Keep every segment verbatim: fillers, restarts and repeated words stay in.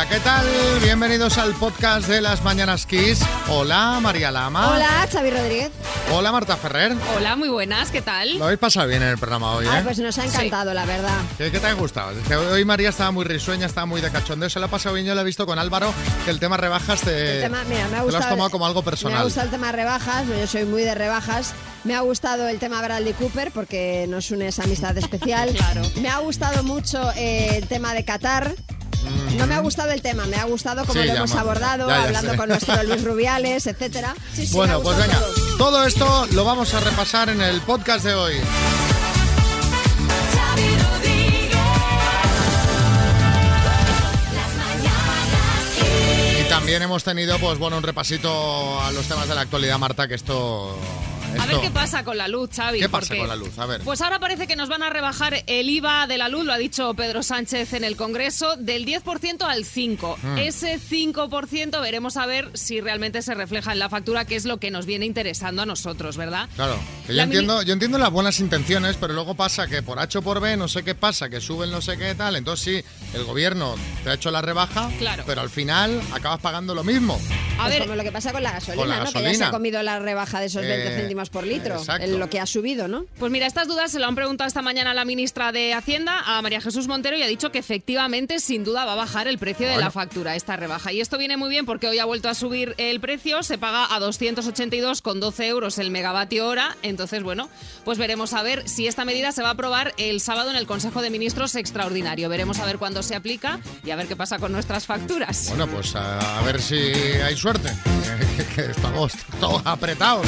Hola, ¿qué tal? Bienvenidos al podcast de Las Mañanas Kiss. Hola, María Lama. Hola, Xavi Rodríguez. Hola, Marta Ferrer. Hola, muy buenas, ¿qué tal? Lo habéis pasado bien en el programa hoy, ¿eh? Ay, pues nos ha encantado, sí. La verdad. ¿Qué, ¿Qué te ha gustado? Es que hoy María estaba muy risueña, estaba muy de cachondeo. Se lo ha pasado bien, yo lo he visto con Álvaro, que el tema rebajas te, el tema, mira, me ha te gustado, lo has tomado como algo personal. Me ha gustado el tema rebajas, yo soy muy de rebajas. Me ha gustado el tema Bradley Cooper porque nos une esa amistad especial. Claro. Me ha gustado mucho eh, el tema de Qatar. No me ha gustado el tema, me ha gustado cómo sí, lo ya, hemos man. abordado, ya, ya hablando sé. con nuestro Luis Rubiales, etcétera. Sí, sí, bueno, pues venga, todo. todo esto lo vamos a repasar en el podcast de hoy. Y también hemos tenido, pues bueno, un repasito a los temas de la actualidad, Marta, que esto... A Esto. ver qué pasa con la luz, Xavi. ¿Qué pasa porque, con la luz? A ver. Pues ahora parece que nos van a rebajar el I V A de la luz, lo ha dicho Pedro Sánchez en el Congreso, del diez por ciento al cinco por ciento. Mm. Ese cinco por ciento veremos a ver si realmente se refleja en la factura, que es lo que nos viene interesando a nosotros, ¿verdad? Claro. Que yo, La entiendo, mini... yo entiendo las buenas intenciones, pero luego pasa que por H o por B no sé qué pasa, que suben no sé qué tal. Entonces sí, el gobierno te ha hecho la rebaja, claro. pero al final acabas pagando lo mismo. A pues ver, como lo que pasa con la gasolina, con la ¿no? gasolina. Que ya se ha comido la rebaja de esos veinte eh, céntimos por litro. Exacto. En lo que ha subido, ¿no? Pues mira, estas dudas se lo han preguntado esta mañana a la ministra de Hacienda, a María Jesús Montero, y ha dicho que efectivamente, sin duda, va a bajar el precio de bueno. la factura, esta rebaja. Y esto viene muy bien porque hoy ha vuelto a subir el precio, se paga a doscientos ochenta y dos con doce euros el megavatio hora. Entonces, bueno, pues veremos a ver si esta medida se va a aprobar el sábado en el Consejo de Ministros extraordinario. Veremos a ver cuándo se aplica y a ver qué pasa con nuestras facturas. Bueno, pues a, a ver si hay suerte, que, que estamos todos apretados.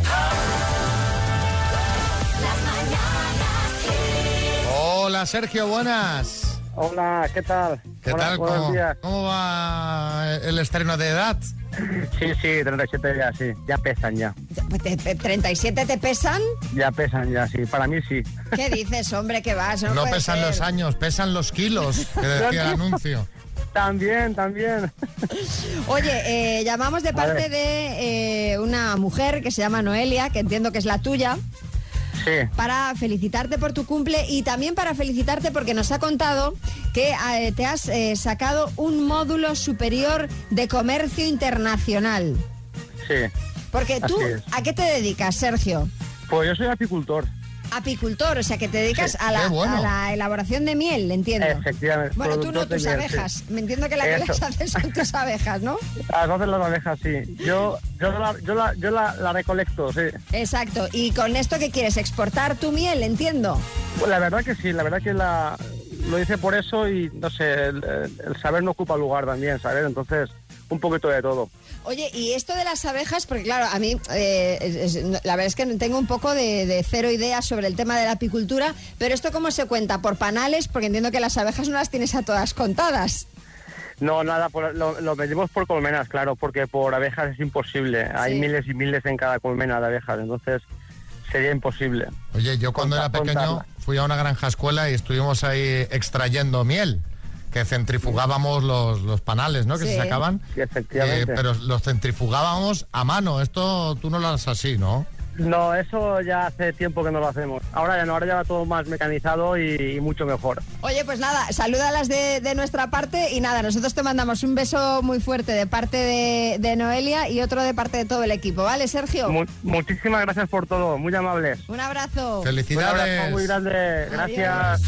Hola, Sergio, buenas. Hola, ¿qué tal? ¿Qué Hola, tal? buenos ¿Cómo, días. ¿Cómo va el estreno de edad? Sí, sí, treinta y siete ya, sí. Ya pesan ya. ¿treinta y siete te pesan? Ya pesan ya, sí. Para mí sí. ¿Qué dices, hombre? ¿Qué vas? No, no puede pesan ser. los años, pesan los kilos, que decía el anuncio. También, también. Oye, eh, llamamos de parte de eh, una mujer que se llama Noelia, que entiendo que es la tuya. Sí. Para felicitarte por tu cumple y también para felicitarte porque nos ha contado que eh, te has eh, sacado un módulo superior de comercio internacional. Sí. Porque tú, ¿a qué te dedicas, Sergio? Pues yo soy apicultor. Apicultor, o sea que te dedicas sí. a, la, bueno. a la elaboración de miel, entiendo. Efectivamente. Bueno, tú no, tus miel, abejas. Sí. Me entiendo que la que Eso. las haces son tus abejas, ¿no? Las hacen las abejas, sí. Yo, yo, la, yo, la, yo la, la recolecto, sí. Exacto. ¿Y con esto qué quieres? ¿Exportar tu miel, entiendo? Pues la verdad que sí, la verdad que la, lo hice por eso y, no sé, el, el saber no ocupa lugar también, ¿sabes? Entonces, un poquito de todo. Oye, y esto de las abejas, porque claro, a mí eh, es, es, la verdad es que tengo un poco de, de cero ideas sobre el tema de la apicultura, pero ¿esto cómo se cuenta? ¿Por panales? Porque entiendo que las abejas no las tienes a todas contadas. No, nada, por, lo, lo medimos por colmenas, claro, porque por abejas es imposible. Sí. Hay miles y miles en cada colmena de abejas, entonces sería imposible. Oye, yo cuando Conta, era pequeño contarla. fui a una granja escuela y estuvimos ahí extrayendo miel. Que centrifugábamos los, los panales, ¿no? Que sí. se sacaban. Sí, efectivamente. Eh, pero los centrifugábamos a mano. Esto tú no lo haces así, ¿no? No, eso ya hace tiempo que no lo hacemos. Ahora ya no, ahora ya va todo más mecanizado y, y mucho mejor. Oye, pues nada, salúdalas de, de nuestra parte y nada, nosotros te mandamos un beso muy fuerte de parte de, de Noelia y otro de parte de todo el equipo, ¿vale, Sergio? Mu- muchísimas gracias por todo, muy amables. Un abrazo. Felicidades. Un abrazo muy grande, gracias. Adiós.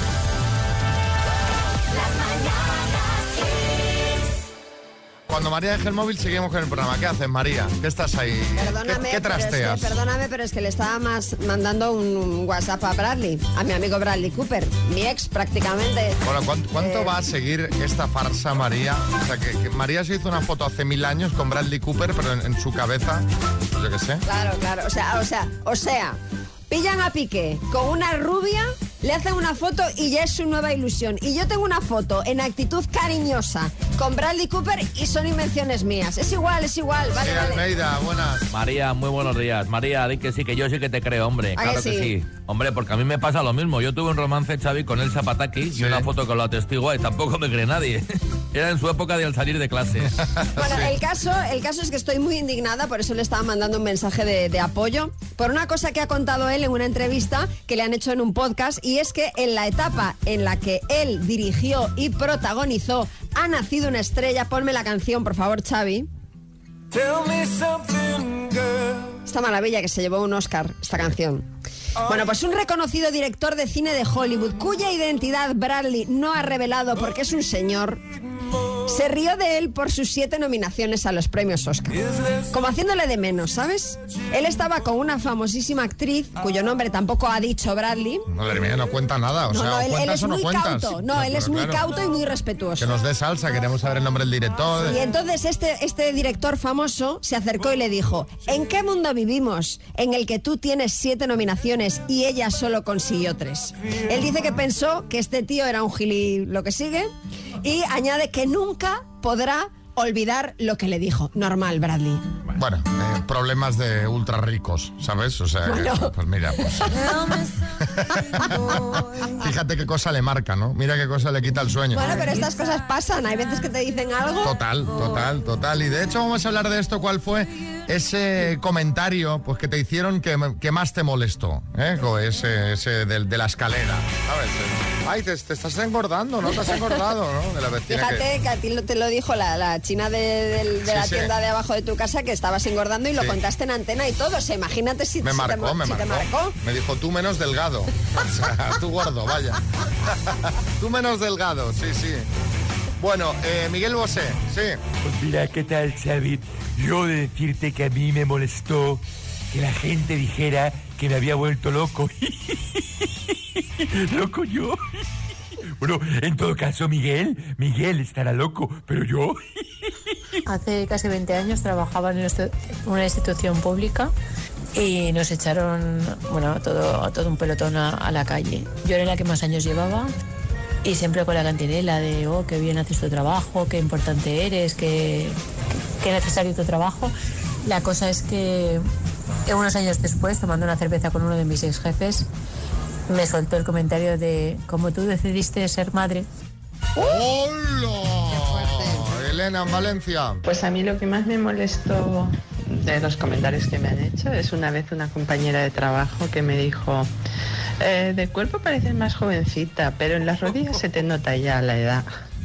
Cuando María deje el móvil seguimos con el programa. ¿Qué haces, María? ¿Qué estás ahí? Perdóname, ¿Qué, qué trasteas? Pero es que, perdóname, pero es que le estaba más mandando un WhatsApp a Bradley, a mi amigo Bradley Cooper, mi ex prácticamente. Bueno, ¿cuánto, cuánto eh... va a seguir esta farsa, María? O sea, que, que María se hizo una foto hace mil años con Bradley Cooper, pero en, en su cabeza, pues yo qué sé. Claro, claro, o sea, o sea, o sea, pillan a Piqué con una rubia, le hacen una foto y ya es su nueva ilusión. Y yo tengo una foto en actitud cariñosa con Bradley Cooper y son invenciones mías. Es igual, es igual. Vale, sí, vale. Almeida, buenas. María, muy buenos días. María, di que sí, que yo sí que te creo, hombre. ¿A Claro que que sí? sí. Hombre, porque a mí me pasa lo mismo. Yo tuve un romance, Xavi, con Elsa Pataki Sí. y una foto que lo atestigua y tampoco me cree nadie. Era en su época de al salir de clases. Bueno, el caso, el caso es que estoy muy indignada, por eso le estaba mandando un mensaje de, de apoyo, por una cosa que ha contado él en una entrevista que le han hecho en un podcast, y es que en la etapa en la que él dirigió y protagonizó Ha nacido una estrella, ponme la canción, por favor, Xavi. Tell me something, girl. Esta maravilla que se llevó un Oscar, esta canción. Bueno, pues un reconocido director de cine de Hollywood, cuya identidad Bradley no ha revelado porque es un señor, se rió de él por sus siete nominaciones a los premios Oscar. Como haciéndole de menos, ¿sabes? Él estaba con una famosísima actriz, cuyo nombre tampoco ha dicho Bradley. Madre mía, no cuenta nada. O no, sea, no, él, él es o no muy cuentas. cauto. No, él es muy claro, cauto y muy respetuoso. Que nos dé salsa, queremos saber el nombre del director. Y entonces este, este director famoso se acercó y le dijo: ¿en qué mundo vivimos en el que tú tienes siete nominaciones y ella solo consiguió tres? Él dice que pensó que este tío era un gili lo que sigue, y añade que nunca podrá olvidar lo que le dijo. Normal, Bradley. Bueno, eh, problemas de ultra ricos, ¿sabes? O sea, Bueno. que, pues mira, pues... Fíjate qué cosa le marca, ¿no? Mira qué cosa le quita el sueño. Bueno, pero estas cosas pasan. Hay veces que te dicen algo. Total, total, total. Y de hecho vamos a hablar de esto. ¿Cuál fue ese comentario pues que te hicieron que, que más te molestó? ¿Eh? O ese, ese del, de la escalera, ¿sabes? Ay, te, te estás engordando, ¿no? Te has engordado, ¿no? De la vecina. Fíjate que... que a ti lo- te lo dijo la, la china de, de- de Sí, la sí. tienda de abajo de tu casa, que estabas engordando y lo Sí. contaste en antena y todo. O sea, imagínate si, Me si marcó, te, me si marcó. te marcó. Me dijo, tú menos delgado. O sea, tú gordo, vaya. Tú menos delgado, sí, sí. Bueno, eh, Miguel Bosé, sí. Pues mira, ¿qué tal, Xavi? Yo de decirte que a mí me molestó que la gente dijera que me había vuelto loco. ¿Loco yo? Bueno, en todo caso, Miguel, Miguel estará loco, pero yo... Hace casi veinte años trabajaba en una institución pública y nos echaron, bueno, todo, todo un pelotón a, a la calle. Yo era la que más años llevaba y siempre con la cantinela de, oh, qué bien haces tu trabajo, qué importante eres, qué, qué necesario tu trabajo. La cosa es que unos años después, tomando una cerveza con uno de mis ex jefes, me soltó el comentario de, como tú decidiste ser madre. ¡Hola! Elena, en Valencia. Pues a mí lo que más me molestó de los comentarios que me han hecho es una vez una compañera de trabajo que me dijo, eh, de cuerpo pareces más jovencita, pero en las rodillas se te nota ya la edad.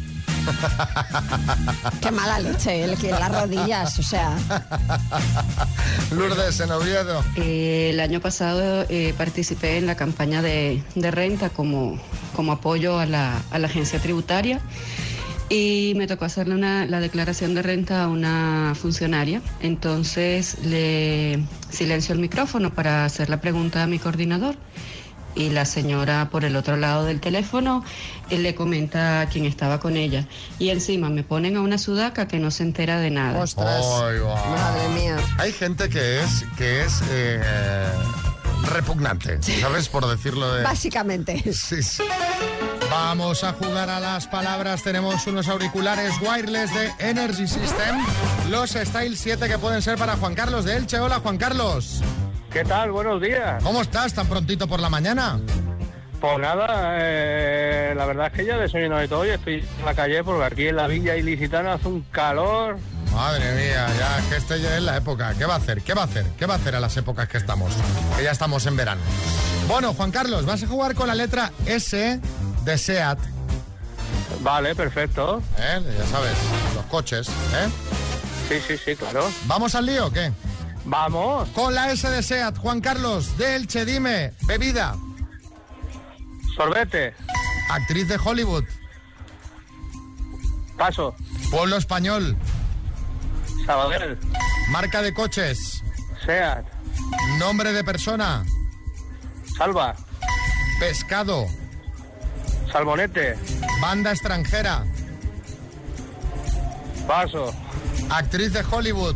Qué mala leche, el que las rodillas, o sea. Lourdes, en Oviedo. Eh, el año pasado eh, participé en la campaña de, de renta como, como apoyo a la, a la agencia tributaria y me tocó hacerle una, la declaración de renta a una funcionaria. Entonces le silencio el micrófono para hacer la pregunta a mi coordinador. Y la señora por el otro lado del teléfono él le comenta a quien estaba con ella. Y encima me ponen a una sudaca que no se entera de nada. Ostras. Ay, guau. Madre mía. Hay gente que es, que es eh, repugnante, ¿sabes? Por decirlo de... Básicamente. Sí, sí. Vamos a jugar a las palabras. Tenemos unos auriculares wireless de Energy System, los Style siete, que pueden ser para Juan Carlos de Elche. Hola, Juan Carlos. ¿Qué tal? Buenos días. ¿Cómo estás tan prontito por la mañana? Pues nada, eh, la verdad es que ya desayuno de todo y estoy en la calle porque aquí en la Villa Ilicitana hace un calor. Madre mía, ya es que este ya es la época. ¿Qué va a hacer? ¿Qué va a hacer? ¿Qué va a hacer a las épocas que estamos? Que ya estamos en verano. Bueno, Juan Carlos, vas a jugar con la letra S de SEAT. Vale, perfecto. ¿Eh? Ya sabes, los coches, ¿eh? Sí, sí, sí, claro. ¿Vamos al lío o qué? Vamos. Con la S de SEAT, Juan Carlos de Elche, dime, bebida. Sorbete. Actriz de Hollywood. Paso. Pueblo español. Sabadell. Marca de coches. Seat. Nombre de persona. Salva. Pescado. Salmonete. Banda extranjera. Paso. Actriz de Hollywood.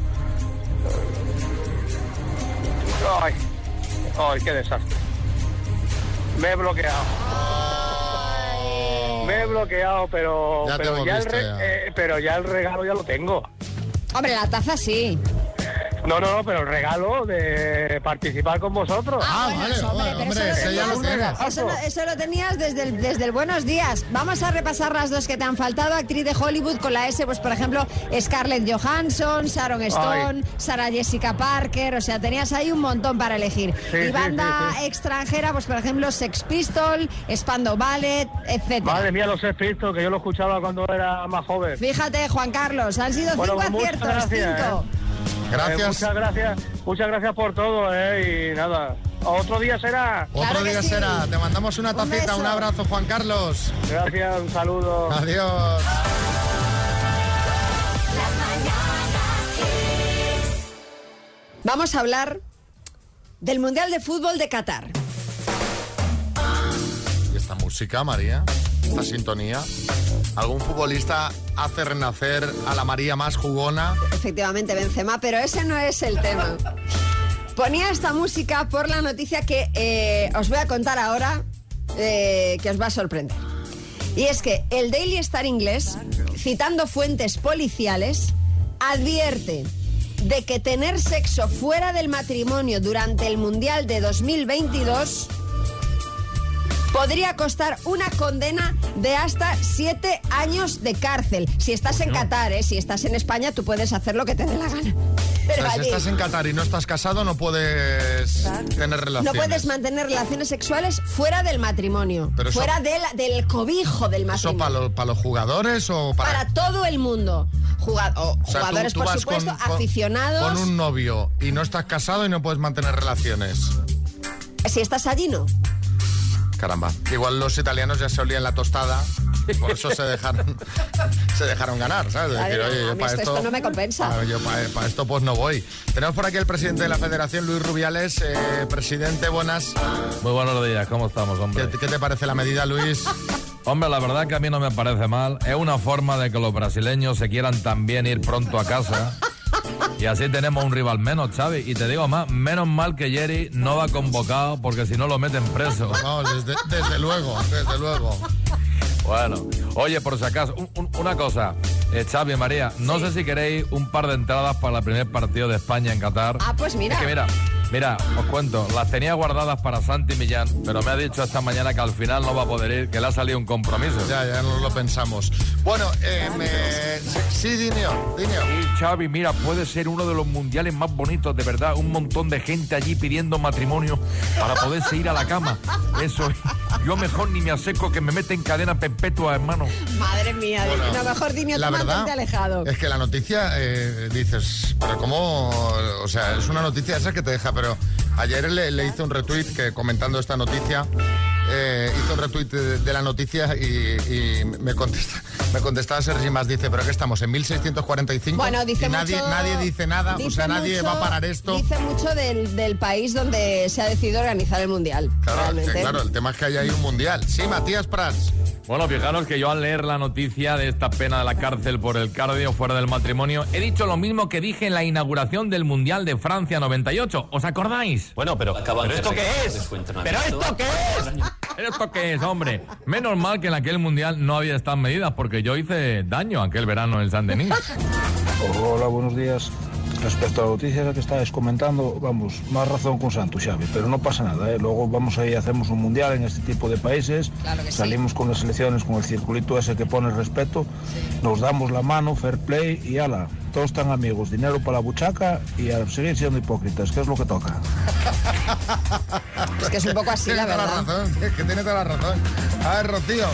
Ay, ay, qué desastre. Me he bloqueado. Me he bloqueado, pero Ya te pero, hemos ya el visto, re- ya. eh, pero ya el regalo ya lo tengo. Hombre, la taza sí. No, no, no, pero el regalo de participar con vosotros. Ah, bueno, vale, eso, hombre, hombre, pero eso ese ya lo lo tenías- tienes. Eso, lo- eso lo tenías desde el, desde el Buenos Días. Vamos a repasar las dos que te han faltado. Actriz de Hollywood con la S, pues por ejemplo, Scarlett Johansson, Sharon Stone, Sarah Jessica Parker. O sea, tenías ahí un montón para elegir. Sí, y sí, banda sí, sí. extranjera, pues por ejemplo, Sex Pistol, Spandau Ballet, etcétera. Madre mía, los he visto, que yo lo escuchaba cuando era más joven. Fíjate, Juan Carlos, han sido Bueno, cinco pues muchas aciertos, gracias, cinco. Gracias. Eh, muchas gracias, muchas gracias por todo, eh, y nada. Otro día será. Otro Claro que día sí. será. Te mandamos una Un tacita, un, beso. abrazo, Juan Carlos. Gracias, un saludo. Adiós. Vamos a hablar del Mundial de Fútbol de Qatar. ¿Y esta música, María? ¿Esta sintonía? ¿Algún futbolista hace renacer a la María más jugona? Efectivamente, Benzema, pero ese no es el tema. Ponía esta música por la noticia que eh, os voy a contar ahora, eh, que os va a sorprender. Y es que el Daily Star inglés, citando fuentes policiales, advierte de que tener sexo fuera del matrimonio durante el Mundial de dos mil veintidós podría costar una condena de hasta siete años de cárcel. Si estás en Qatar, ¿eh? Si estás en España, tú puedes hacer lo que te dé la gana. Pero O sea, si allí estás en Qatar y no estás casado, no puedes tener relaciones. no puedes mantener relaciones sexuales fuera del matrimonio, Pero eso- fuera del, del cobijo del ¿Eso matrimonio. para los, para los jugadores o para...? Para todo el mundo. Juga- o O sea, tú- jugadores, tú por vas supuesto, con- con- aficionados. Con un novio y no estás casado y no puedes mantener relaciones. Si estás allí, no. Caramba. Igual los italianos ya se olían la tostada, por eso se dejaron se dejaron ganar, ¿sabes? Madre Decir, mía, oye, a yo mí para esto- esto no me compensa. Ah, yo para, para esto pues no voy. Tenemos por aquí el presidente de la Federación, Luis Rubiales. Eh, presidente, buenas. Muy buenos días, ¿cómo estamos, hombre? ¿Qué, qué te parece la medida, Luis? Hombre, la verdad que a mí no me parece mal. Es una forma de que los brasileños se quieran también ir pronto a casa. Y así tenemos un rival menos, Xavi. Y te digo más, menos mal que Jerry no va convocado porque si no lo meten preso. Vamos, desde, desde luego, desde luego. Bueno, oye, por si acaso, un- un- una cosa, eh, Xavi, María, no sé si queréis un par de entradas para el primer partido de España en Qatar. Ah, pues mira. Es que mira, mira, os cuento, las tenía guardadas para Santi Millán, pero me ha dicho esta mañana que al final no va a poder ir, que le ha salido un compromiso. Ya, ya no lo pensamos. Bueno, eh, me... sí, Dinio, Dinio. Y Xavi, mira, puede ser uno de los mundiales más bonitos, de verdad. Un montón de gente allí pidiendo matrimonio para poderse ir a la cama. Eso, yo mejor ni me acerco que me mete en cadena perpetua, hermano. Madre mía, Bueno, lo mejor Dinio, la tú verdad mantente alejado. es que la noticia, eh, dices, pero cómo, o sea, es una noticia esa que te deja, pero ayer le, le hice un retweet que comentando esta noticia, eh, hizo un retweet de, de la noticia y, y me contesta, me contestaba Sergi Más, dice, pero que estamos en mil seiscientos cuarenta y cinco Bueno, dice y nadie, mucho- nadie dice nada, o dice sea, nadie mucho- va a parar esto. Dice mucho del, del país donde se ha decidido organizar el Mundial. Claro, realmente. que, claro, el tema es que hay ahí un mundial. Sí, Matías Prats. Bueno, fijaros que yo al leer la noticia de esta pena de la cárcel por el cardio fuera del matrimonio, he dicho lo mismo que dije en la inauguración del Mundial de Francia noventa y ocho. ¿Os acordáis? Bueno, pero, ¿pero esto qué es? ¿Pero esto qué es? ¿Pero esto qué es, hombre? Menos mal que en aquel Mundial no había estas medidas, porque yo hice daño aquel verano en Saint-Denis. Hola, buenos días. Respecto a la noticia que estáis comentando, vamos, más razón con Santo, Xavi, pero no pasa nada, ¿eh? Luego vamos ahí, hacemos un mundial en este tipo de países, Claro que sí. salimos con las selecciones, con el circulito ese que pone respeto, nos damos la mano, fair play y ala, todos están amigos, dinero para la buchaca y a seguir siendo hipócritas, que es lo que toca. Es que es un poco así, la Tiene toda verdad. la razón, es que tiene toda la razón. A ver, Rocío.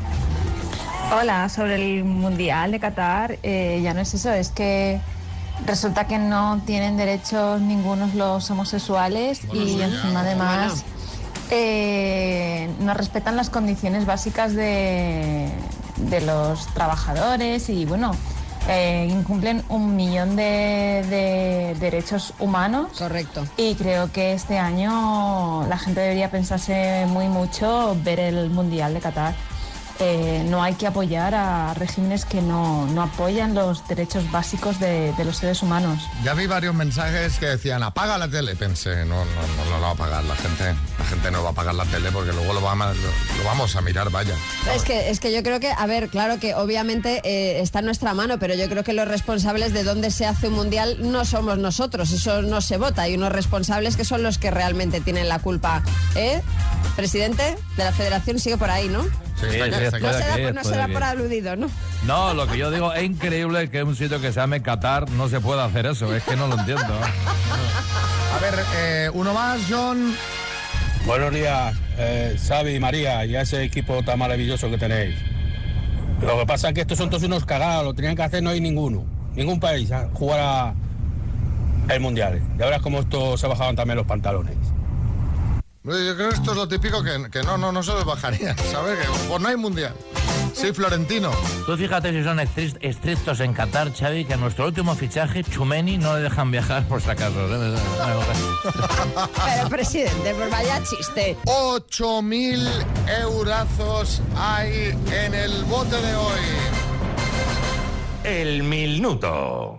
Hola, sobre el Mundial de Qatar, eh, ya no es eso, es que resulta que no tienen derechos ningunos los homosexuales Bueno, y eso ya. encima además eh, no respetan las condiciones básicas de, de los trabajadores y bueno, eh, incumplen un millón de, de derechos humanos. Correcto. Y creo que este año la gente debería pensarse muy mucho ver el Mundial de Qatar. eh, no hay que apoyar a regímenes que no, no apoyan los derechos básicos de, de los seres humanos. Ya vi varios mensajes que decían, apaga la tele. Pensé, no, no, no, no lo va a apagar la gente. La gente no va a apagar la tele porque luego lo, va a, lo, lo vamos a mirar, vaya. Es que, es que yo creo que, a ver, claro que obviamente eh, está en nuestra mano, pero yo creo que los responsables de dónde se hace un mundial no somos nosotros, eso no se vota. Hay unos responsables que son los que realmente tienen la culpa. ¿Eh? Presidente de la Federación sigue por ahí, ¿no? Sí, Sí, está, sí, está, No Puede se da, que, por- no se puede da que. por aludido, ¿no? No, lo que yo digo, es increíble que un sitio que se llame Qatar no se pueda hacer eso. Es que no lo entiendo. A ver, eh, uno más, John. Buenos días, eh, Xavi, María, y a ese equipo tan maravilloso que tenéis. Lo que pasa es que estos son todos unos cagados, lo tenían que hacer, no hay ninguno, ningún país a jugar a el Mundial. Ya verás cómo estos se bajaban también los pantalones. Yo creo que esto es lo típico que, que no, no, no se los bajaría, ¿sabes? Que pues no hay mundial. Sí, Florentino. Tú fíjate si son estri- estrictos en Qatar, Xavi, que a nuestro último fichaje, Chumeni, no le dejan viajar por si acaso. Pero, presidente, pues vaya chiste. ocho mil eurazos hay en el bote de hoy. El minuto.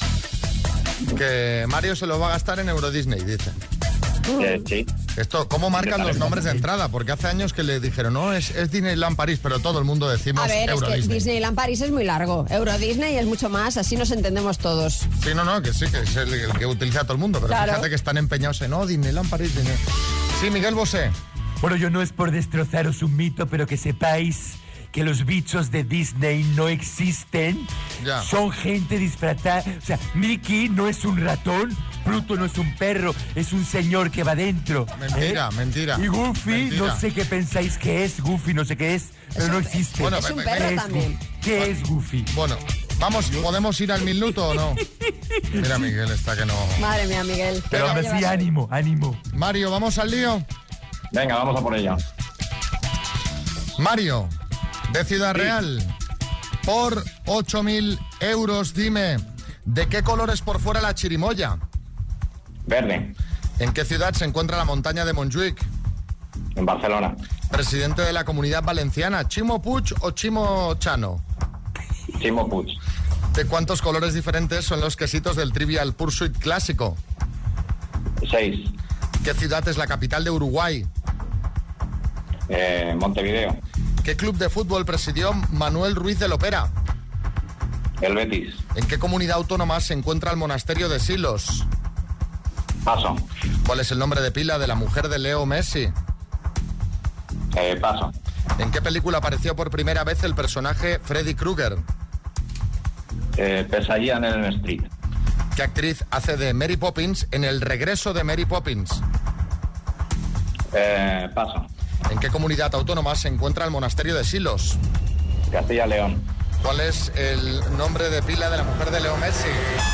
Que Mario se lo va a gastar en Euro Disney, dice. Eh, sí. Esto, ¿cómo marcan los nombres de entrada? Porque hace años que le dijeron, no, es, es Disneyland París, pero todo el mundo decimos A ver, es Euro que Disney. Disneyland París es muy largo. Euro Disney es mucho más, así nos entendemos todos. Sí, no, no, que sí, que es el, el que utiliza todo el mundo, pero Claro. fíjate que están empeñados en, no, Disneyland París, Disney. Sí, Miguel Bosé. Bueno, yo no es por destrozaros un mito, pero que sepáis que los bichos de Disney no existen. Ya. Son gente disfrazada. O sea, Mickey no es un ratón, Pluto no es un perro, es un señor que va dentro. Mentira, mentira. Y Goofy, Mentira. no sé qué pensáis que es. Goofy, no sé qué es, pero no existe. Bueno, Es un ve- perro ve- también. ¿Qué es Goofy? Bueno, vamos, ¿podemos ir al minuto o no? Mira, Miguel, está que no. Madre mía, Miguel. Pero Ya aún llevas así, hoy. ánimo, ánimo. Mario, ¿vamos al lío? Venga, vamos a por ella. Mario, de Ciudad Real, por ocho mil euros, dime, ¿de qué color es por fuera la chirimoya? Verde, ¿En qué ciudad se encuentra la montaña de Montjuic? en Barcelona. Presidente de la Comunidad Valenciana, ¿Chimo Puig o Chimo Chano? Chimo Puig, ¿De cuántos colores diferentes son los quesitos del Trivial Pursuit clásico? seis. ¿Qué ciudad es la capital de Uruguay? Eh, Montevideo, ¿Qué club de fútbol presidió Manuel Ruiz de Lopera? el Betis. ¿En qué comunidad autónoma se encuentra el monasterio de Silos? Paso, ¿Cuál es el nombre de pila de la mujer de Leo Messi? eh, paso. ¿En qué película apareció por primera vez el personaje Freddy Krueger? Eh, pesadilla en el Street. ¿Qué actriz hace de Mary Poppins en El regreso de Mary Poppins? Eh, paso, ¿En qué comunidad autónoma se encuentra el monasterio de Silos? Castilla León. ¿Cuál es el nombre de pila de la mujer de Leo Messi?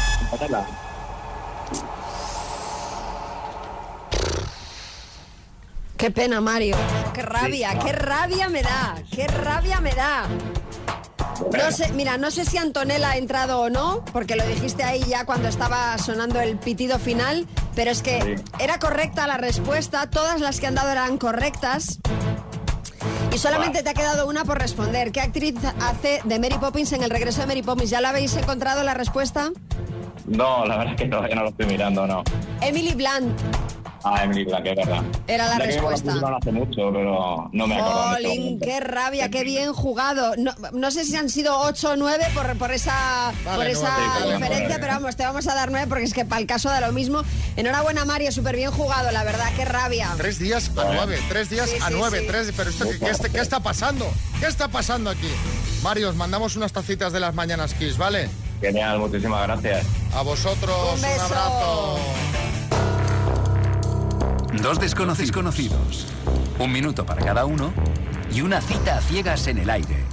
Qué pena, Mario. Qué rabia, qué rabia me da. Qué rabia me da. No sé, mira, no sé si Antonella ha entrado o no, porque lo dijiste ahí ya cuando estaba sonando el pitido final, pero es que era correcta la respuesta, todas las que han dado eran correctas. Y solamente te ha quedado una por responder. ¿Qué actriz hace de Mary Poppins en El regreso de Mary Poppins? ¿Ya la habéis encontrado la respuesta? No, la verdad es que todavía no lo estoy mirando, no. Emily Blunt Ah, Emily Blunt, que es verdad. era la Ya que respuesta. me lo pusieron hace mucho, pero no me acuerdo. en este Jolín, momento. qué rabia, qué bien jugado. No, no sé si han sido ocho o nueve por, por esa, Vale, por esa nueve, sí, diferencia, nueve. pero vamos, te vamos a dar nueve porque es que para el caso da lo mismo. Enhorabuena, Mario, súper bien jugado, la verdad, qué rabia. Tres días a nueve, tres días Sí, a sí, nueve, sí. tres, pero esto, ¿qué, qué, este- qué está pasando? ¿Qué está pasando aquí? Mario, os mandamos unas tacitas de las mañanas Kiss, ¿vale? Genial, muchísimas gracias. A vosotros, Un un, beso. abrazo. Dos desconocidos conocidos, un minuto para cada uno y una cita a ciegas en el aire.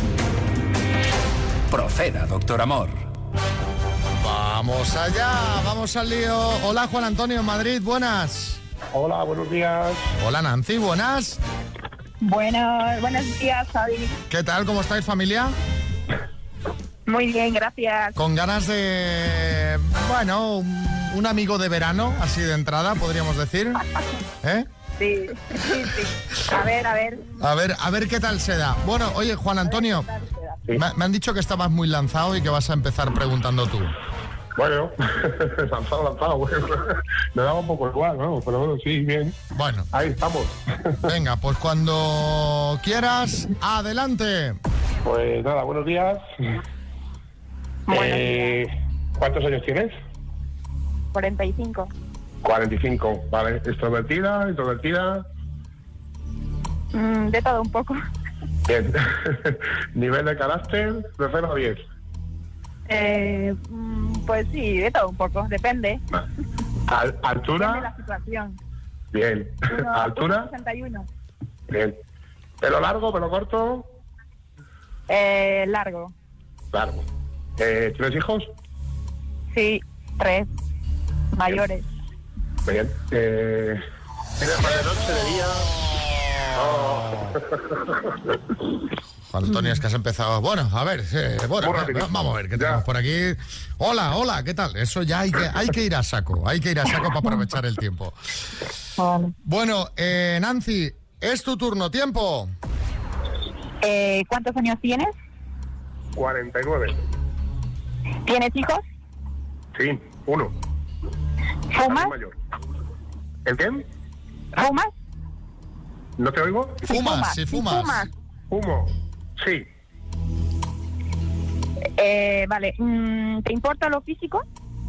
Proceda, doctor Amor. Vamos allá, vamos al lío. Hola, Juan Antonio, en Madrid, buenas. Hola, buenos días. Hola, Nancy, buenas. Bueno, buenos días, Javi. ¿Qué tal, cómo estáis, familia? Muy bien, gracias. Con ganas de, bueno, un, un amigo de verano, así de entrada, podríamos decir. ¿Eh? sí, sí, sí. A ver, a ver. A ver, a ver qué tal se da. Bueno, oye, Juan Antonio, Sí. me, me han dicho que estabas muy lanzado y que vas a empezar preguntando tú. Bueno, lanzado, lanzado. Bueno. Me daba un poco igual, ¿no? Pero bueno, sí, bien. Bueno. Ahí estamos. Venga, pues cuando quieras, adelante. Pues nada, buenos días. Eh, ¿Cuántos años tienes? cuarenta y cinco. cuarenta y cinco, vale. ¿Extrovertida, introvertida? Mm, de todo un poco. Bien. ¿Nivel de carácter? De cero a diez. Eh, mm, pues sí, de todo un poco, depende. Al- Depende de ¿Altura? la situación. Bien. Uno- ¿Altura? uno sesenta y uno. Bien. ¿Pelo largo, pelo corto? Eh, largo. Largo. Eh, ¿Tienes hijos? Sí, tres. Mayores. Bien. Eh, ¿Tienes más de noche, de día? Juan Antonio, es que has empezado... Bueno, a ver, eh, bueno, Muy va- rapidito. vamos a ver, ¿qué tenemos por aquí? Hola, hola, ¿qué tal? Eso ya hay que, hay que ir a saco, hay que ir a saco para aprovechar el tiempo. Bueno, eh, Nancy, es tu turno, tiempo. Eh, ¿Cuántos años tienes? cuarenta y nueve. ¿Tienes hijos? Sí, uno. ¿Fumas? Mayor. ¿El qué? ¿Fumas? ¿No te oigo? Fumas, si fumas. fumas. Humo. Sí. Eh, vale. Mm, ¿Te importa lo físico?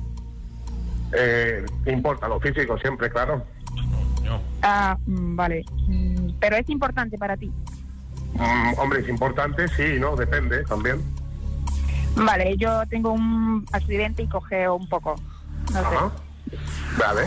Eh, importa lo físico siempre, claro. Ah, mm, vale. Mm, pero es importante para ti. Mm, hombre, es importante, sí, ¿no? Depende también. Vale, yo tengo un accidente y cogeo un poco. No sé. Ajá. Vale.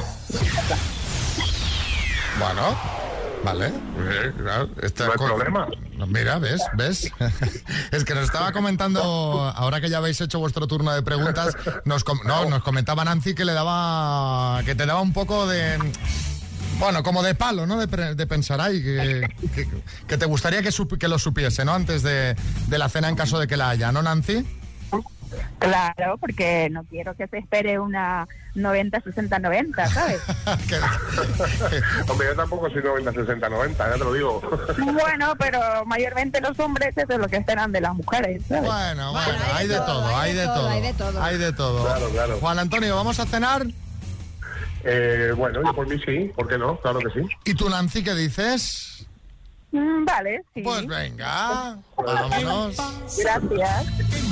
Bueno, vale. Eh, claro, esta No hay co- problema. No, mira, ¿ves? ¿Ves? Es que nos estaba comentando, ahora que ya habéis hecho vuestro turno de preguntas, nos, com- no, nos comentaba Nancy que le daba, que te daba un poco de... Bueno, como de palo, ¿no? De, pre- de pensar, ay, que, que, que te gustaría que, sup- que lo supiese, ¿no? Antes de, de la cena en caso de que la haya, ¿no, Nancy? Claro, porque no quiero que se espere una noventa, sesenta, noventa, ¿sabes? Hombre, yo tampoco soy noventa, sesenta, noventa, ya te lo digo. Bueno, pero mayormente los hombres eso es lo que esperan de las mujeres, ¿sabes? Bueno, bueno, hay de todo, hay de todo. hay de todo. Hay de todo. Claro, claro. Juan Antonio, ¿vamos a cenar? Eh, bueno, yo por mí sí, ¿por qué no? Claro que sí. ¿Y tú, Nancy, qué dices? Mm, vale, sí. Pues venga, vámonos. Gracias.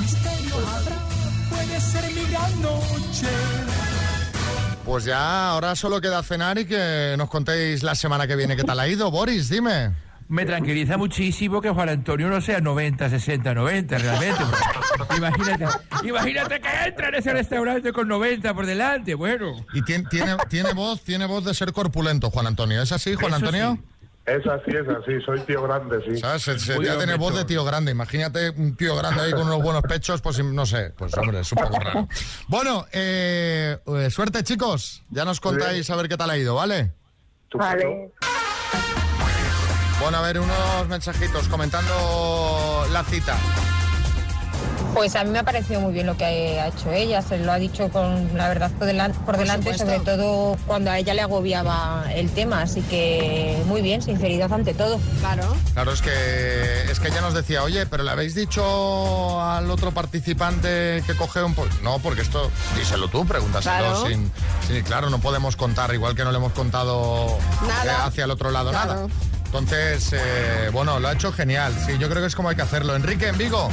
Puede ser mi gran noche. Pues ya, ahora solo queda cenar y que nos contéis la semana que viene qué tal ha ido. Boris, dime. Me tranquiliza muchísimo que Juan Antonio no sea noventa, sesenta, noventa, realmente. porque Imagínate, imagínate que entra en ese restaurante con noventa por delante, bueno. Y tiene, tiene, tiene voz, tiene voz de ser corpulento, Juan Antonio. ¿Es así, Juan Eso Antonio? sí. Es así, es así, soy tío grande, sí. ¿Sabes? Se, se Muy ya tiene voz bonito. de tío grande. Imagínate un tío grande ahí con unos buenos pechos, pues no sé, pues hombre, es un poco raro. Bueno, eh, eh, suerte, chicos. Ya nos contáis a ver qué tal ha ido, ¿vale? Vale. Bueno, a ver, unos mensajitos comentando la cita. Pues a mí me ha parecido muy bien lo que ha hecho ella, se lo ha dicho con la verdad por delante, por delante supuesto. sobre todo cuando a ella le agobiaba el tema, así que muy bien, sinceridad ante todo. Claro. Claro, es que es que ella nos decía, oye, pero le habéis dicho al otro participante que coge un poco. No, porque esto, díselo tú, pregúntaselo Claro. sin. Sí, claro, no podemos contar, igual que no le hemos contado Nada. eh, hacia el otro lado Claro. nada. Entonces, eh, bueno, lo ha hecho genial. Sí, yo creo que es como hay que hacerlo. Enrique, en Vigo.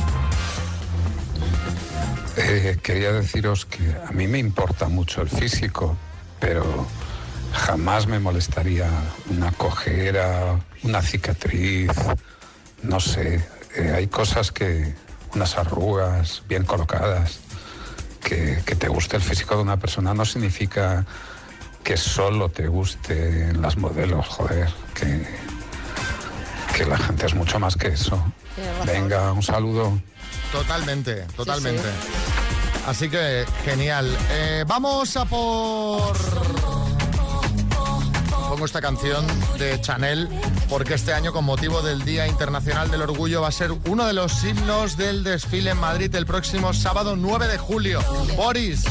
Eh, quería deciros que a mí me importa mucho el físico, pero jamás me molestaría una cojera, una cicatriz, no sé. Eh, hay cosas que, unas arrugas bien colocadas, que, que te guste el físico de una persona no significa que solo te gusten las modelos, joder, que, que la gente es mucho más que eso. Tienes razón. Venga, un saludo. Totalmente, totalmente. Así que, genial. Eh, vamos a por... Pongo esta canción de Chanel porque este año, con motivo del Día Internacional del Orgullo, va a ser uno de los himnos del desfile en Madrid el próximo sábado nueve de julio. Boris,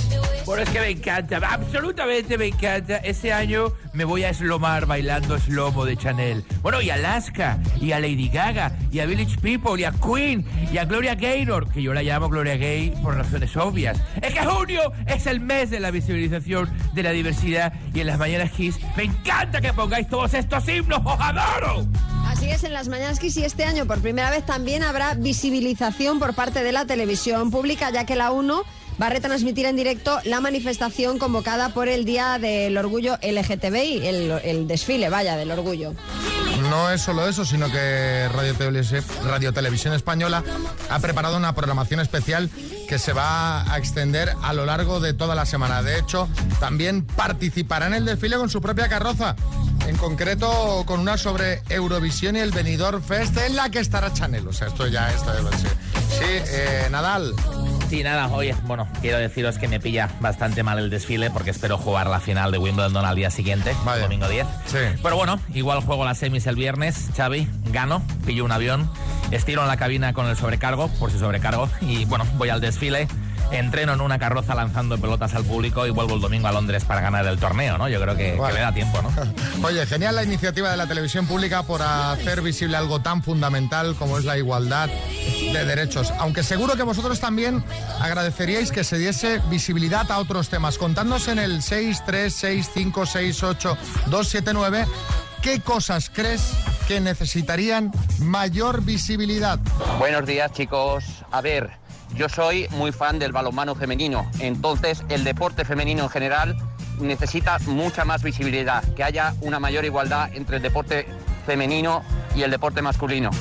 Bueno, es que me encanta, absolutamente me encanta. Este año me voy a eslomar bailando slomo de Chanel. Bueno, y a Alaska, y a Lady Gaga, y a Village People, y a Queen, y a Gloria Gaynor, que yo la llamo Gloria Gay por razones obvias. Es que junio es el mes de la visibilización de la diversidad, y en las Mañanas Kiss me encanta que pongáis todos estos himnos, ¡os adoro! Así es, en las Mañanas Kiss, y este año por primera vez también habrá visibilización por parte de la televisión pública, ya que la uno va a retransmitir en directo la manifestación convocada por el Día del Orgullo L G T B I, el, el desfile, vaya, del orgullo. No es solo eso, sino que Radio Televisión, Radio Televisión Española ha preparado una programación especial que se va a extender a lo largo de toda la semana. De hecho, también participará en el desfile con su propia carroza, en concreto con una sobre Eurovisión y el Benidorm Fest, en la que estará Chanel. O sea, esto ya está de verse. Sí, eh, Nadal. Sí, nada, oye, bueno, quiero deciros que me pilla bastante mal el desfile porque espero jugar la final de Wimbledon al día siguiente, Vaya. domingo diez. Sí. Pero bueno, igual juego las semis el viernes, Xavi, gano, pillo un avión, estiro en la cabina con el sobrecargo, por si sobrecargo, y bueno, voy al desfile, entreno en una carroza lanzando pelotas al público y vuelvo el domingo a Londres para ganar el torneo, ¿no? Yo creo que, vale. que le da tiempo, ¿no? Oye, genial la iniciativa de la televisión pública por hacer visible algo tan fundamental como es la igualdad de derechos. Aunque seguro que vosotros también agradeceríais que se diese visibilidad a otros temas. Contadnos en el seis tres seis cinco seis ocho dos siete nueve qué cosas crees que necesitarían mayor visibilidad. Buenos días, chicos. A ver, yo soy muy fan del balonmano femenino, entonces el deporte femenino en general necesita mucha más visibilidad, que haya una mayor igualdad entre el deporte femenino y el deporte masculino.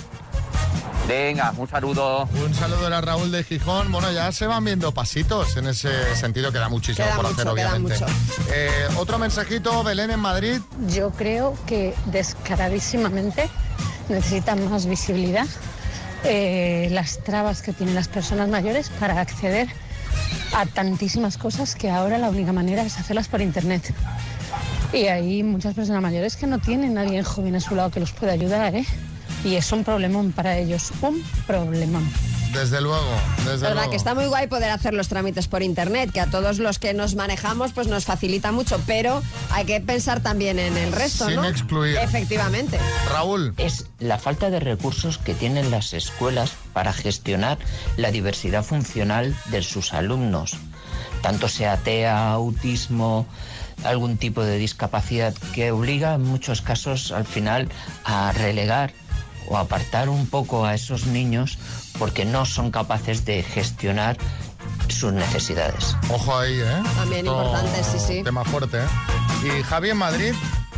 Venga, un saludo. Un saludo a Raúl de Gijón. Bueno, ya se van viendo pasitos en ese sentido, queda muchísimo queda por mucho, hacer, obviamente. Mucho. Eh, otro mensajito, Belén en Madrid. Yo creo que descaradísimamente necesitan más visibilidad eh, las trabas que tienen las personas mayores para acceder a tantísimas cosas que ahora la única manera es hacerlas por internet. Y hay muchas personas mayores que no tienen a alguien joven a su lado que los pueda ayudar, ¿eh? Y es un problemón para ellos, un problemón. Desde luego, desde verdad luego. Que está muy guay poder hacer los trámites por internet, que a todos los que nos manejamos pues nos facilita mucho, pero hay que pensar también en el resto, Sin ¿no? excluir. Efectivamente. Raúl. Es la falta de recursos que tienen las escuelas para gestionar la diversidad funcional de sus alumnos, tanto sea T E A, autismo, algún tipo de discapacidad, que obliga en muchos casos al final a relegar o apartar un poco a esos niños porque no son capaces de gestionar sus necesidades. Ojo ahí, ¿eh? También Esto, importante, sí, sí. Tema fuerte, ¿eh? ¿Y Javi en Madrid?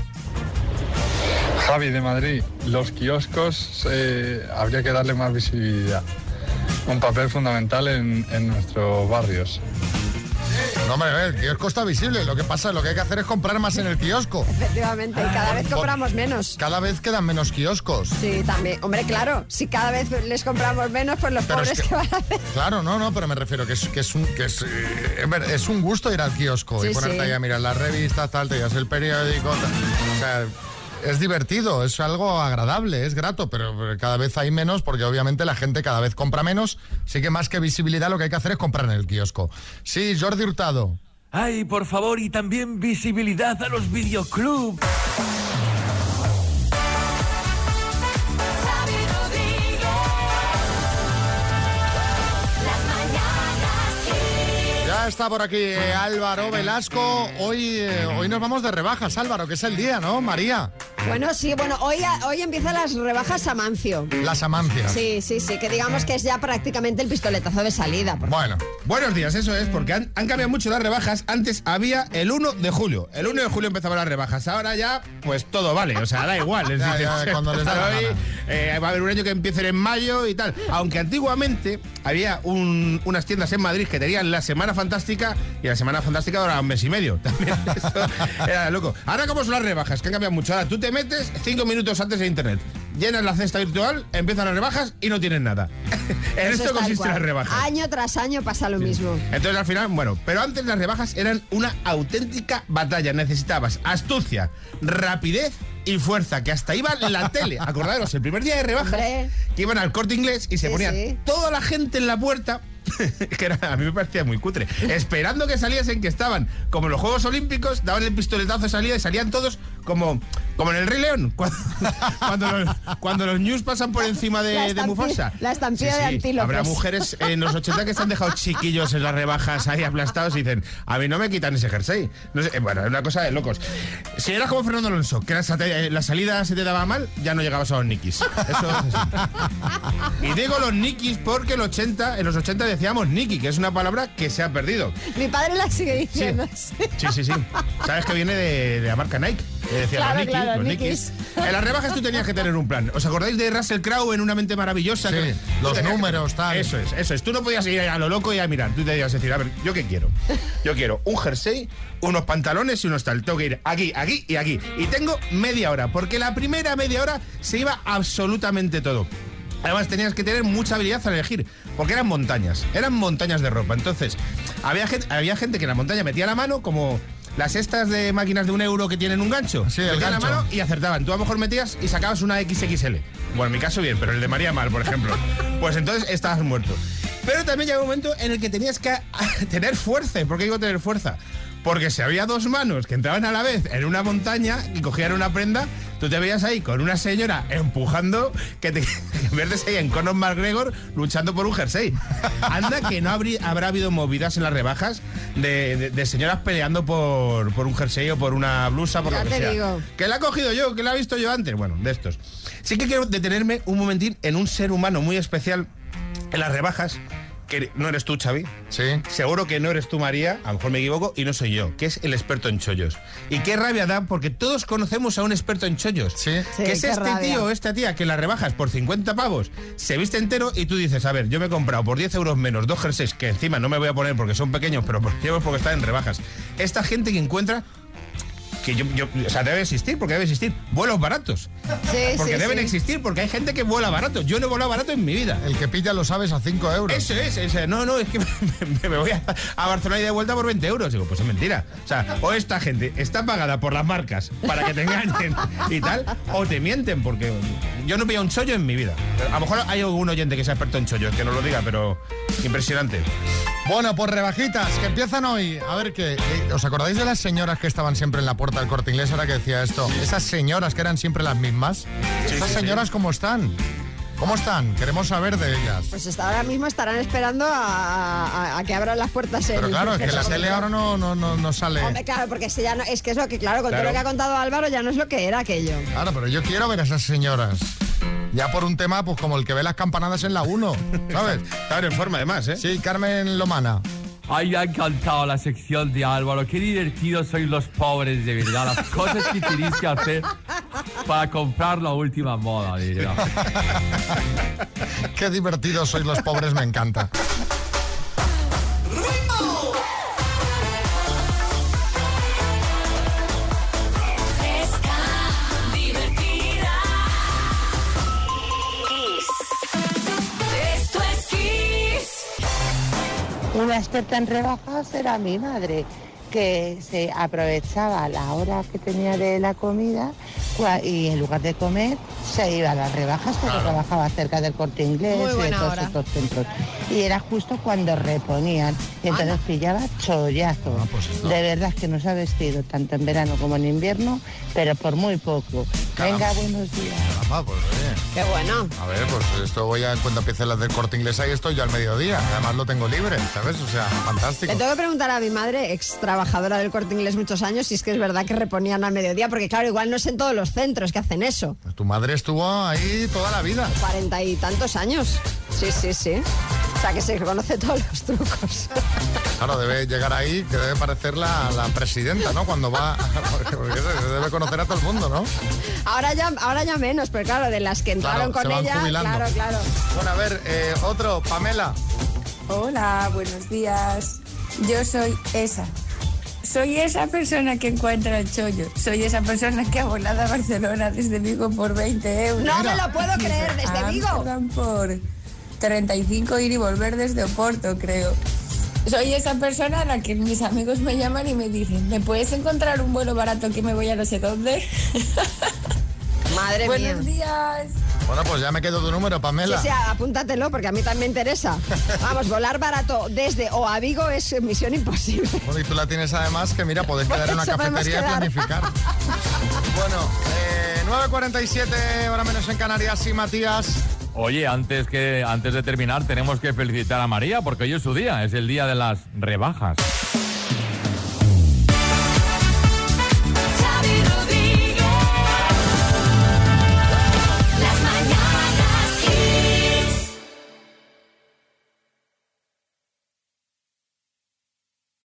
Javi de Madrid, los kioscos eh, habría que darle más visibilidad. Un papel fundamental en, en nuestros barrios. No, hombre, el kiosco está visible. Lo que pasa, lo que hay que hacer es comprar más en el kiosco. Efectivamente, y cada vez compramos menos. Cada vez quedan menos kioscos. Sí, también. Hombre, claro, si cada vez les compramos menos, pues los pero pobres es que, que van a hacer. Claro, no, no, pero me refiero que es, que es un que es, eh, es un gusto ir al kiosco Sí, y ponerte sí. ahí a mirar las revistas, tal, te llevas el periódico, tal. O sea, es divertido, es algo agradable, es grato, pero cada vez hay menos porque obviamente la gente cada vez compra menos, así que más que visibilidad lo que hay que hacer es comprar en el kiosco. Sí, Jordi Hurtado. Ay, por favor, y también visibilidad a los videoclubs. Ya está por aquí eh, Álvaro Velasco. Hoy, eh, hoy nos vamos de rebajas, Álvaro, que es el día, ¿no, María? Bueno, sí, bueno, hoy, hoy empiezan las rebajas Amancio. Las Amancias. Sí, sí, sí, que digamos que es ya prácticamente el pistoletazo de salida. Bueno. Buenos días, eso es, porque han, han cambiado mucho las rebajas. Antes había el uno de julio. El uno de julio empezaban las rebajas. Ahora ya, pues todo vale, o sea, da igual. Es Ya, decir, ya, cuando les da la hoy, gana. eh, va a haber un año que empiece en mayo y tal. Aunque antiguamente había un- unas tiendas en Madrid que tenían la Semana Fantástica y la Semana Fantástica duraba un mes y medio. También eso era loco. Ahora, ¿cómo son las rebajas? Que han cambiado mucho. Ahora tú te metes cinco minutos antes de internet, llenas la cesta virtual, empiezan las rebajas y no tienes nada. En Eso esto es tal consisten cual. las rebajas. Año tras año pasa lo mismo. Entonces al final, bueno, pero antes las rebajas eran una auténtica batalla. Necesitabas astucia, rapidez y fuerza, que hasta iba en la tele. Acordaros, el primer día de rebajas, Hombre. que iban al Corte Inglés y se Sí, ponían sí. toda la gente en la puerta que era, a mí me parecía muy cutre, esperando que saliesen, que estaban como en los Juegos Olímpicos, daban el pistoletazo de salida y salían todos como, como en el Rey León, cuando, cuando, los, cuando los news pasan por encima de, de Mufasa. La estampida sí, sí. de antílopes. Habrá mujeres en los ochenta que se han dejado chiquillos en las rebajas ahí aplastados y dicen, a mí no me quitan ese jersey. No sé, bueno, es una cosa de locos. Si eras como Fernando Alonso, que la, la salida se te daba mal, ya no llegabas a los nikis. Eso es así. Y digo los nikis porque en, ochenta, en los ochenta decíamos niki, que es una palabra que se ha perdido. Mi padre la sigue diciendo. Sí, sí, sí. sí. Sabes que viene de, de la marca Nike. Decía claro, los nikis, claro, los nikis. En las rebajas tú tenías que tener un plan. ¿Os acordáis de Russell Crowe en Una mente maravillosa? Sí, que, los números, tal. Eso es, eso es. Tú no podías ir a lo loco y a mirar. Tú te ibas a decir, a ver, ¿yo qué quiero? Yo quiero un jersey, unos pantalones y unos tal. Tengo que ir aquí, aquí y aquí. Y tengo media hora, porque la primera media hora se iba absolutamente todo. Además tenías que tener mucha habilidad al elegir, porque eran montañas, eran montañas de ropa. Entonces, había gente, había gente que en la montaña metía la mano como las estas de máquinas de un euro que tienen un gancho. Sí, el metían gancho. la mano y acertaban. Tú a lo mejor metías y sacabas una equis equis ele. Bueno, en mi caso bien, pero el de María mal, por ejemplo. Pues entonces estabas muerto. Pero también llegó un momento en el que tenías que tener fuerza. ¿Por qué digo tener fuerza? Porque si había dos manos que entraban a la vez en una montaña y cogían una prenda, tú te veías ahí con una señora empujando que, te, que en vez de seguir en Conor McGregor luchando por un jersey. Anda que no habrí, habrá habido movidas en las rebajas de, de, de señoras peleando por, por un jersey o por una blusa, por ya lo que te sea. Digo. Que la he cogido yo, que la he visto yo antes. Bueno, de estos. Sí que quiero detenerme un momentín en un ser humano muy especial en las rebajas. Que no eres tú, Xavi. Sí. Seguro que no eres tú, María. A lo mejor me equivoco y no soy yo. Que es el experto en chollos. Y qué rabia da, porque todos conocemos a un experto en chollos. Sí. Sí, que es qué este rabia. tío o esta tía que las rebajas por cincuenta pavos se viste entero y tú dices, a ver, yo me he comprado por diez euros menos dos jerseys que encima no me voy a poner porque son pequeños, pero por- llevo porque están en rebajas. Esta gente que encuentra... Que yo, yo, o sea, debe existir, porque debe existir vuelos baratos. Sí, porque sí, deben sí. existir, porque hay gente que vuela barato. Yo no he volado barato en mi vida. El que pilla lo sabes a cinco euros. Eso es, ese. No, no, es que me, me- me voy a, a Barcelona y de vuelta por veinte euros. Digo, pues es mentira. O sea, o esta gente está pagada por las marcas para que te engañen y tal, o te mienten, porque yo no he pillado un chollo en mi vida. A lo mejor hay algún oyente que sea experto en chollos, que no lo diga, pero impresionante. Bueno, pues rebajitas, que empiezan hoy. A ver qué. eh, ¿Os acordáis de las señoras que estaban siempre en la puerta del Corte Inglés ahora que decía esto? Esas señoras que eran siempre las mismas. Sí, Esas sí, señoras, ¿cómo están? ¿Cómo están? Queremos saber de ellas. Pues hasta ahora mismo estarán esperando a, a- a que abran las puertas. Pero el- claro, es que el- la tele ahora no, no, no, no sale. Hombre, claro, porque si ya no, es que es lo que, claro, con Claro. todo lo que ha contado Álvaro ya no es lo que era aquello. Claro, pero yo quiero ver a esas señoras. Ya por un tema, pues como el que ve las campanadas en la uno, ¿sabes? Estaban en forma, además, ¿eh? Sí, Carmen Lomana. Ay, me ha encantado la sección de Álvaro. Qué divertidos sois los pobres, de verdad. Las cosas que tenéis que hacer para comprar la última moda, de verdad. Qué divertidos sois los pobres, me encanta. Fresca, divertida. Kiss. Esto es Kiss. Una experta en rebajas era mi madre, que se aprovechaba la hora que tenía de la comida cua- y en lugar de comer se iba a las rebajas porque trabajaba cerca del Corte Inglés Muy y de buena todos hora. estos centros. Y era justo cuando reponían y entonces pillaba chollazo. Ah, pues esto. De verdad que nos ha vestido tanto en verano como en invierno, pero por muy poco. Caramba. Venga, buenos días. Caramba, pues oye. Qué bueno. A ver, pues esto voy a cuando empiece las del Corte Inglés ahí estoy yo al mediodía. Además lo tengo libre, ¿sabes? O sea, fantástico. Le tengo que preguntar a mi madre, ex trabajadora del Corte Inglés muchos años, si es que es verdad que reponían al mediodía, porque claro, igual no es en todos los centros que hacen eso. Tu madre estuvo ahí toda la vida. Cuarenta y tantos años. Sí, sí, sí. O sea, que se conoce todos los trucos. Claro, debe llegar ahí, que debe parecer la, la presidenta, ¿no? Cuando va, porque se debe conocer a todo el mundo, ¿no? Ahora ya, ahora ya menos, pero claro, de las que entraron Claro, se con van ella, jubilando. claro, claro. Bueno, a ver, eh, otro, Pamela. Hola, buenos días. Yo soy esa. Soy esa persona que encuentra el chollo. Soy esa persona que ha volado a Barcelona desde Vigo por veinte euros. No me lo puedo creer, desde A Vigo. Ámsterdam por treinta y cinco ir y volver desde Oporto, creo. Soy esa persona a la que mis amigos me llaman y me dicen, ¿me puedes encontrar un vuelo barato que me voy a no sé dónde? Madre Buenos mía. días. Bueno, pues ya me quedo tu número, Pamela. Sí, sí, apúntatelo porque a mí también me interesa. Vamos, volar barato desde o a Vigo es misión imposible. Bueno, y tú la tienes además que, mira, podés quedar en una cafetería y planificar. Bueno, eh, nueve cuarenta y siete, hora menos en Canarias, y Matías. Oye, antes, que, antes de terminar tenemos que felicitar a María porque hoy es su día, es el día de las rebajas.